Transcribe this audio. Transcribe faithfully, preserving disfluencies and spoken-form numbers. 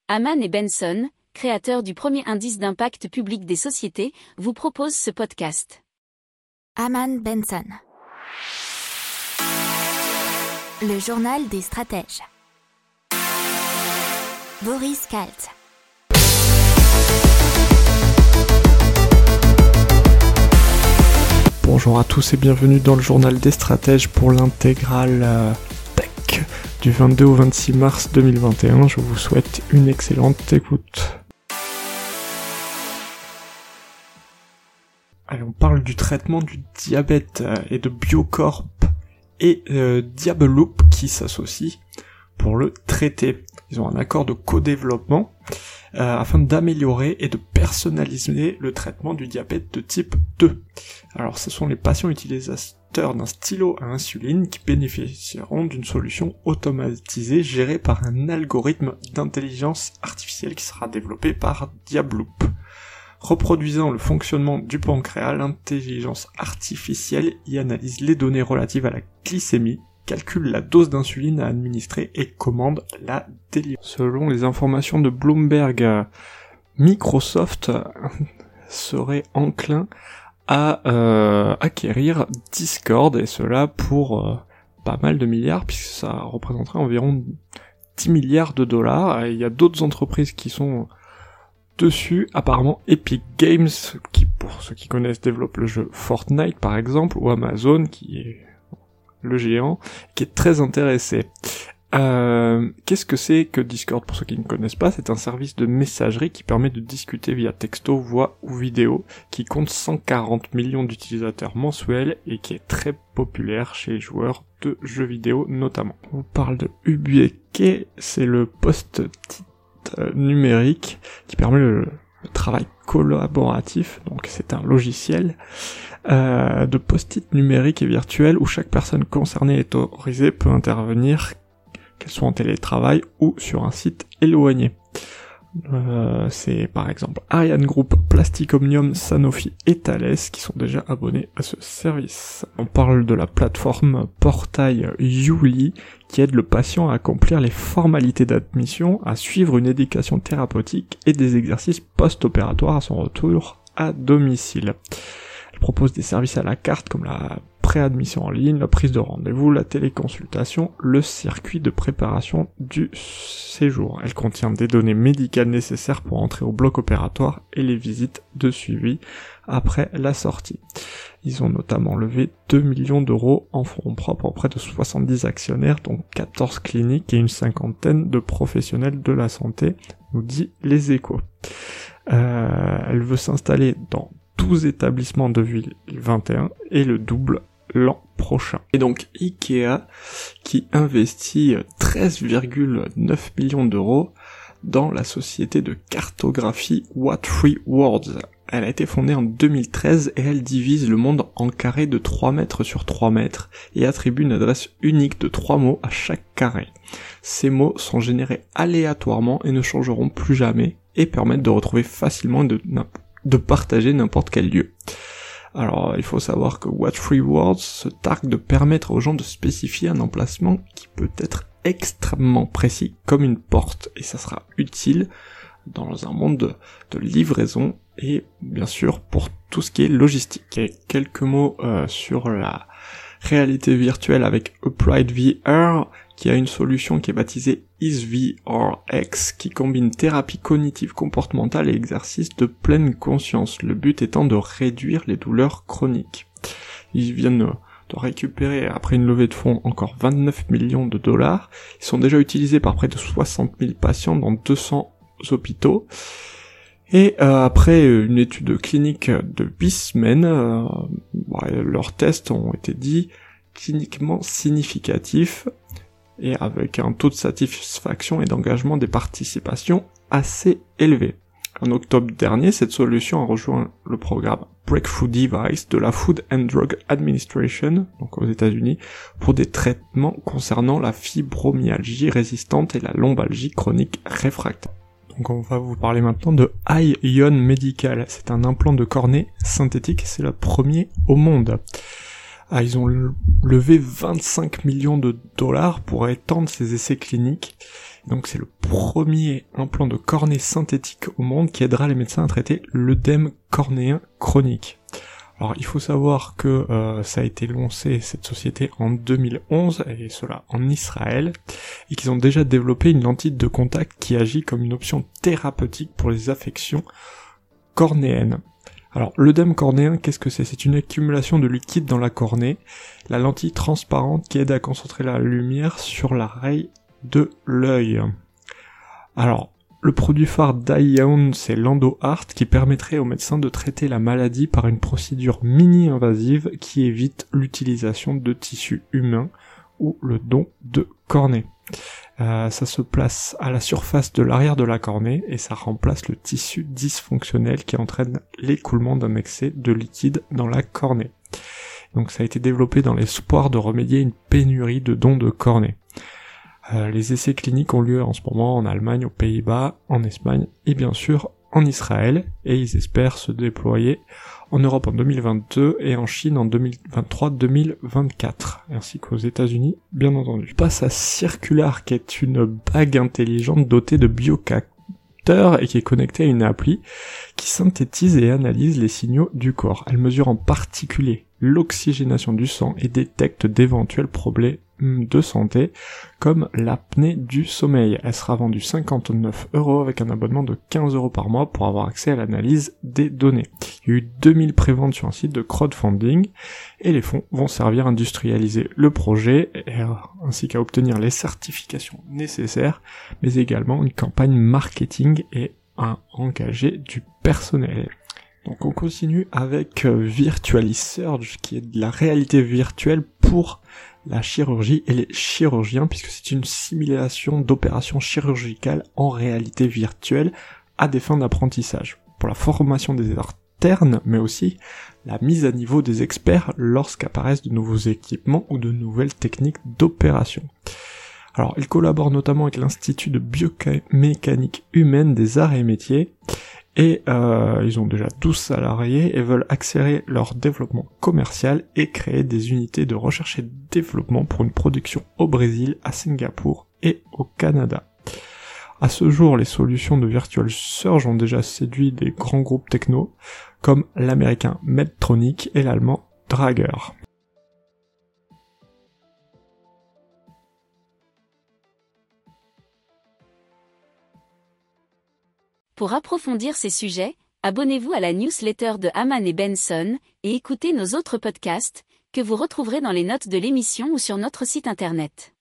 Hamann et Benson, créateurs du premier indice d'impact public des sociétés, vous proposent ce podcast. Hamann Benson. Le journal des stratèges. Boris Kalt. Bonjour à tous et bienvenue dans le journal des stratèges pour l'intégrale euh, tech du vingt-deux au vingt-six mars deux mille vingt et un. Je vous souhaite une excellente écoute. Allez, on parle du traitement du diabète euh, et de Biocorp et euh, Diabeloop qui s'associent pour le traiter. Ils ont un accord de co-développement euh, afin d'améliorer et de personnaliser le traitement du diabète de type deux. Alors ce sont les patients utilisateurs d'un stylo à insuline qui bénéficieront d'une solution automatisée gérée par un algorithme d'intelligence artificielle qui sera développé par Diabeloop. Reproduisant le fonctionnement du pancréas, l'intelligence artificielle y analyse les données relatives à la glycémie, calcule la dose d'insuline à administrer et commande la délivrance. Selon les informations de Bloomberg, Microsoft serait enclin à euh, acquérir Discord, et cela pour euh, pas mal de milliards, puisque ça représenterait environ dix milliards de dollars. Et il y a d'autres entreprises qui sont dessus, apparemment Epic Games, qui pour ceux qui connaissent développe le jeu Fortnite par exemple, ou Amazon, qui est le géant, qui est très intéressé. Euh, qu'est-ce que c'est que Discord pour ceux qui ne connaissent pas? C'est un service de messagerie qui permet de discuter via texto, voix ou vidéo, qui compte cent quarante millions d'utilisateurs mensuels et qui est très populaire chez les joueurs de jeux vidéo notamment. On parle de Ubieke, c'est le post-it numérique qui permet le, le travail collaboratif, donc c'est un logiciel euh, de post-it numérique et virtuel où chaque personne concernée et autorisée peut intervenir, qu'elle soit en télétravail ou sur un site éloigné. Euh, c'est par exemple Ariane Group, Plastic Omnium, Sanofi et Thales qui sont déjà abonnés à ce service. On parle de la plateforme portail Yuli qui aide le patient à accomplir les formalités d'admission, à suivre une éducation thérapeutique et des exercices post-opératoires à son retour à domicile. Elle propose des services à la carte comme la préadmission en ligne, la prise de rendez-vous, la téléconsultation, le circuit de préparation du séjour. Elle contient des données médicales nécessaires pour entrer au bloc opératoire et les visites de suivi après la sortie. Ils ont notamment levé deux millions d'euros en fonds propres auprès de soixante-dix actionnaires, dont quatorze cliniques et une cinquantaine de professionnels de la santé, nous dit Les Échos. Euh, elle veut s'installer dans douze établissements de deux mille vingt et un et le double l'an prochain. Et donc Ikea qui investit treize virgule neuf millions d'euros dans la société de cartographie What Three Words. Elle a été fondée en deux mille treize et elle divise le monde en carrés de trois mètres sur trois mètres et attribue une adresse unique de trois mots à chaque carré. Ces mots sont générés aléatoirement et ne changeront plus jamais et permettent de retrouver facilement de, de partager n'importe quel lieu. Alors, il faut savoir que What Three Words se targue de permettre aux gens de spécifier un emplacement qui peut être extrêmement précis, comme une porte, et ça sera utile dans un monde de, de livraison, et bien sûr pour tout ce qui est logistique. Et quelques mots euh, sur la réalité virtuelle avec Upright V R, qui a une solution qui est baptisée EaseVRX, qui combine thérapie cognitive comportementale et exercice de pleine conscience, le but étant de réduire les douleurs chroniques. Ils viennent de récupérer, après une levée de fonds, encore vingt-neuf millions de dollars. Ils sont déjà utilisés par près de soixante mille patients dans deux cents hôpitaux. Et euh, après une étude clinique de huit semaines, euh, bah, leurs tests ont été dits cliniquement significatifs, et avec un taux de satisfaction et d'engagement des participations assez élevé. En octobre dernier, cette solution a rejoint le programme Breakthrough Device de la Food and Drug Administration, donc aux États-Unis, pour des traitements concernant la fibromyalgie résistante et la lombalgie chronique réfractaire. Donc on va vous parler maintenant de Ion Medical. C'est un implant de cornée synthétique, c'est le premier au monde. Ah, ils ont levé vingt-cinq millions de dollars pour étendre ces essais cliniques. Donc c'est le premier implant de cornée synthétique au monde qui aidera les médecins à traiter l'œdème cornéen chronique. Alors il faut savoir que euh, ça a été lancé, cette société, en deux mille onze, et cela en Israël, et qu'ils ont déjà développé une lentille de contact qui agit comme une option thérapeutique pour les affections cornéennes. Alors, l'œdème cornéen, qu'est-ce que c'est? C'est une accumulation de liquide dans la cornée, la lentille transparente qui aide à concentrer la lumière sur la raie de l'œil. Alors, le produit phare d'Aeon, c'est l'EndoHeart, qui permettrait aux médecins de traiter la maladie par une procédure mini-invasive qui évite l'utilisation de tissus humains ou le don de cornée. Euh, ça se place à la surface de l'arrière de la cornée et ça remplace le tissu dysfonctionnel qui entraîne l'écoulement d'un excès de liquide dans la cornée. Donc ça a été développé dans l'espoir de remédier à une pénurie de dons de cornée. Euh, les essais cliniques ont lieu en ce moment en Allemagne, aux Pays-Bas, en Espagne et bien sûr en Israël, et ils espèrent se déployer en Europe en deux mille vingt-deux et en Chine en deux mille vingt-trois deux mille vingt-quatre, ainsi qu'aux États-Unis, bien entendu. Je passe à Circular, qui est une bague intelligente dotée de biocapteurs et qui est connectée à une appli qui synthétise et analyse les signaux du corps. Elle mesure en particulier l'oxygénation du sang et détecte d'éventuels problèmes de santé, comme l'apnée du sommeil. Elle sera vendue cinquante-neuf euros avec un abonnement de quinze euros par mois pour avoir accès à l'analyse des données. Il y a eu deux mille préventes sur un site de crowdfunding et les fonds vont servir à industrialiser le projet et, euh, ainsi qu'à obtenir les certifications nécessaires, mais également une campagne marketing et à engager du personnel. Donc on continue avec euh, Virtualisurge, qui est de la réalité virtuelle pour la chirurgie et les chirurgiens, puisque c'est une simulation d'opérations chirurgicales en réalité virtuelle à des fins d'apprentissage, pour la formation des internes, mais aussi la mise à niveau des experts lorsqu'apparaissent de nouveaux équipements ou de nouvelles techniques d'opération. Alors, il collabore notamment avec l'Institut de biomécanique humaine des arts et métiers, et euh, ils ont déjà douze salariés et veulent accélérer leur développement commercial et créer des unités de recherche et développement pour une production au Brésil, à Singapour et au Canada. À ce jour, les solutions de Virtualisurge ont déjà séduit des grands groupes techno comme l'américain Medtronic et l'allemand Dräger. Pour approfondir ces sujets, abonnez-vous à la newsletter de Hamann et Benson et écoutez nos autres podcasts que vous retrouverez dans les notes de l'émission ou sur notre site internet.